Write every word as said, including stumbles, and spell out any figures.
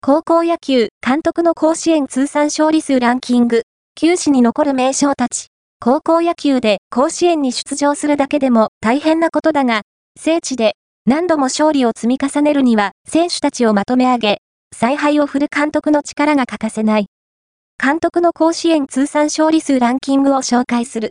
高校野球、監督の甲子園通算勝利数ランキング、球史に残る名将たち。高校野球で甲子園に出場するだけでも大変なことだが、聖地で何度も勝利を積み重ねるには、選手たちをまとめ上げ、采配を振る監督の力が欠かせない。監督の甲子園通算勝利数ランキングを紹介する。